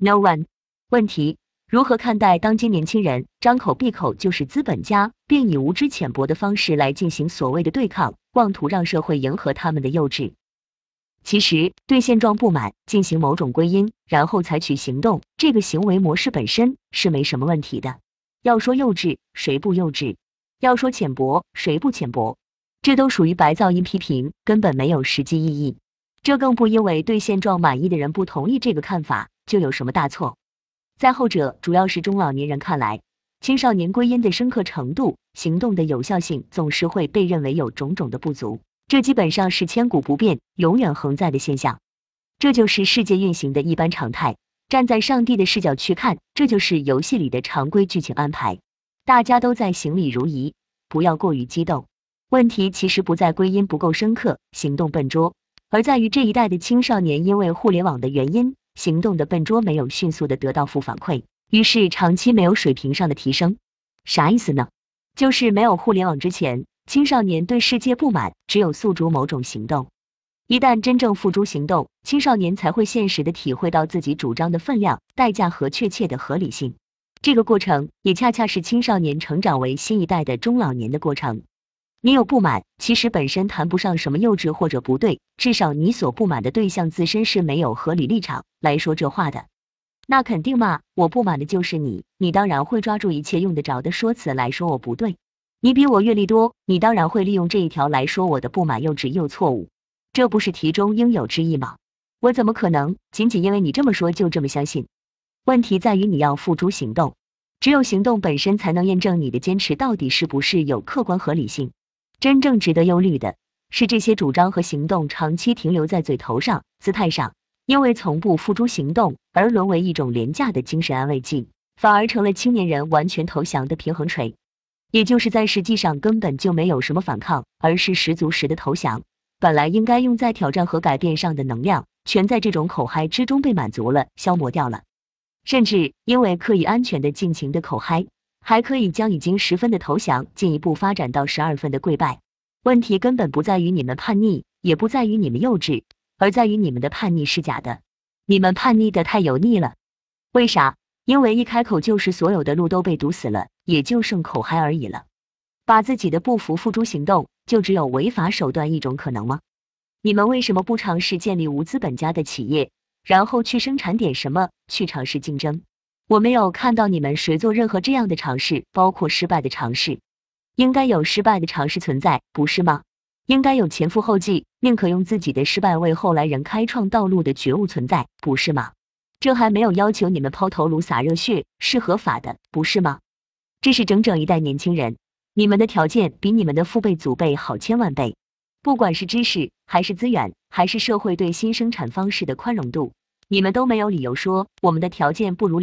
No one。问题：如何看待当今年轻人张口闭口就是资本家，并以无知浅薄的方式来进行所谓的对抗，妄图让社会迎合他们的幼稚？其实，对现状不满，进行某种归因，然后采取行动，这个行为模式本身是没什么问题的。要说幼稚，谁不幼稚？要说浅薄，谁不浅薄？这都属于白噪音批评，根本没有实际意义。这更不因为对现状满意的人不同意这个看法，就有什么大错。在后者主要是中老年人看来，青少年归因的深刻程度、行动的有效性总是会被认为有种种的不足。这基本上是千古不变、永远恒在的现象，这就是世界运行的一般常态。站在上帝的视角去看，这就是游戏里的常规剧情安排。大家都在行礼如仪，不要过于激动。问题其实不在归因不够深刻，行动笨拙，而在于这一代的青少年因为互联网的原因，行动的笨拙没有迅速的得到负反馈，于是长期没有水平上的提升。啥意思呢？就是没有互联网之前，青少年对世界不满，只有诉诸某种行动。一旦真正付诸行动，青少年才会现实的体会到自己主张的分量、代价和确切的合理性。这个过程也恰恰是青少年成长为新一代的中老年的过程。你有不满，其实本身谈不上什么幼稚或者不对，至少你所不满的对象自身是没有合理立场来说这话的。那肯定嘛，我不满的就是你，你当然会抓住一切用得着的说辞来说我不对。你比我阅历多，你当然会利用这一条来说我的不满幼稚又错误，这不是题中应有之意吗？我怎么可能仅仅因为你这么说就这么相信？问题在于你要付诸行动，只有行动本身才能验证你的坚持到底是不是有客观合理性。真正值得忧虑的是这些主张和行动长期停留在嘴头上、姿态上，因为从不付诸行动而沦为一种廉价的精神安慰剂，反而成了青年人完全投降的平衡锤。也就是在实际上根本就没有什么反抗，而是十足十的投降。本来应该用在挑战和改变上的能量，全在这种口嗨之中被满足了、消磨掉了。甚至因为可以安全的尽情的口嗨，还可以将已经10分的投降进一步发展到12分的跪拜。问题根本不在于你们叛逆，也不在于你们幼稚，而在于你们的叛逆是假的。你们叛逆的太油腻了。为啥？因为一开口就是所有的路都被堵死了，也就剩口嗨而已了。把自己的不服付诸行动，就只有违法手段一种可能吗？你们为什么不尝试建立无资本家的企业，然后去生产点什么，去尝试竞争？我没有看到你们谁做任何这样的尝试，包括失败的尝试。应该有失败的尝试存在，不是吗？应该有前赴后继，宁可用自己的失败为后来人开创道路的觉悟存在，不是吗？这还没有要求你们抛头颅洒热血，是合法的，不是吗？这是整整一代年轻人，你们的条件比你们的父辈祖辈好千万倍，不管是知识还是资源，还是社会对新生产方式的宽容度，你们都没有理由说我们的条件不如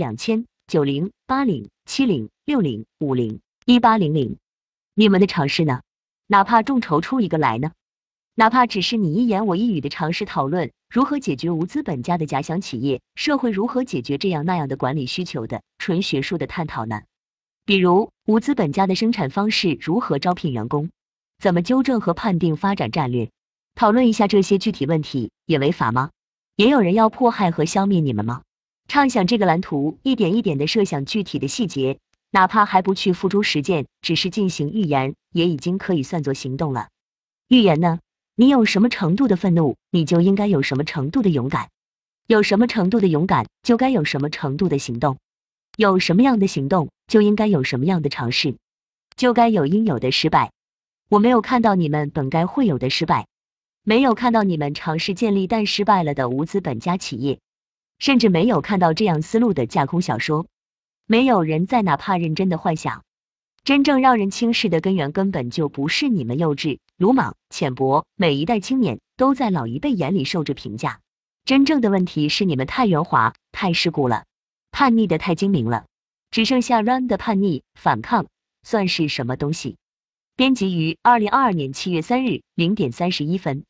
2000、90、80、70、60、50、1800。你们的尝试呢？哪怕众筹出一个来呢？哪怕只是你一言我一语的尝试讨论如何解决无资本家的假想企业，社会如何解决这样那样的管理需求的纯学术的探讨呢？比如无资本家的生产方式如何招聘员工，怎么纠正和判定发展战略，讨论一下这些具体问题，也违法吗？也有人要迫害和消灭你们吗？畅想这个蓝图，一点一点的设想具体的细节，哪怕还不去付诸实践，只是进行预言，也已经可以算作行动了。预言呢？你有什么程度的愤怒，你就应该有什么程度的勇敢；有什么程度的勇敢，就该有什么程度的行动；有什么样的行动，就应该有什么样的尝试，就该有应有的失败。我没有看到你们本该会有的失败，没有看到你们尝试建立但失败了的无资本家企业，甚至没有看到这样思路的架空小说。没有人在哪怕认真的幻想。真正让人轻视的根源根本就不是你们幼稚、鲁莽、浅薄，每一代青年都在老一辈眼里受着评价。真正的问题是你们太圆滑、太世故了，叛逆的太精明了，只剩下 run 的叛逆反抗，算是什么东西？编辑于2022年7月3日0点31分。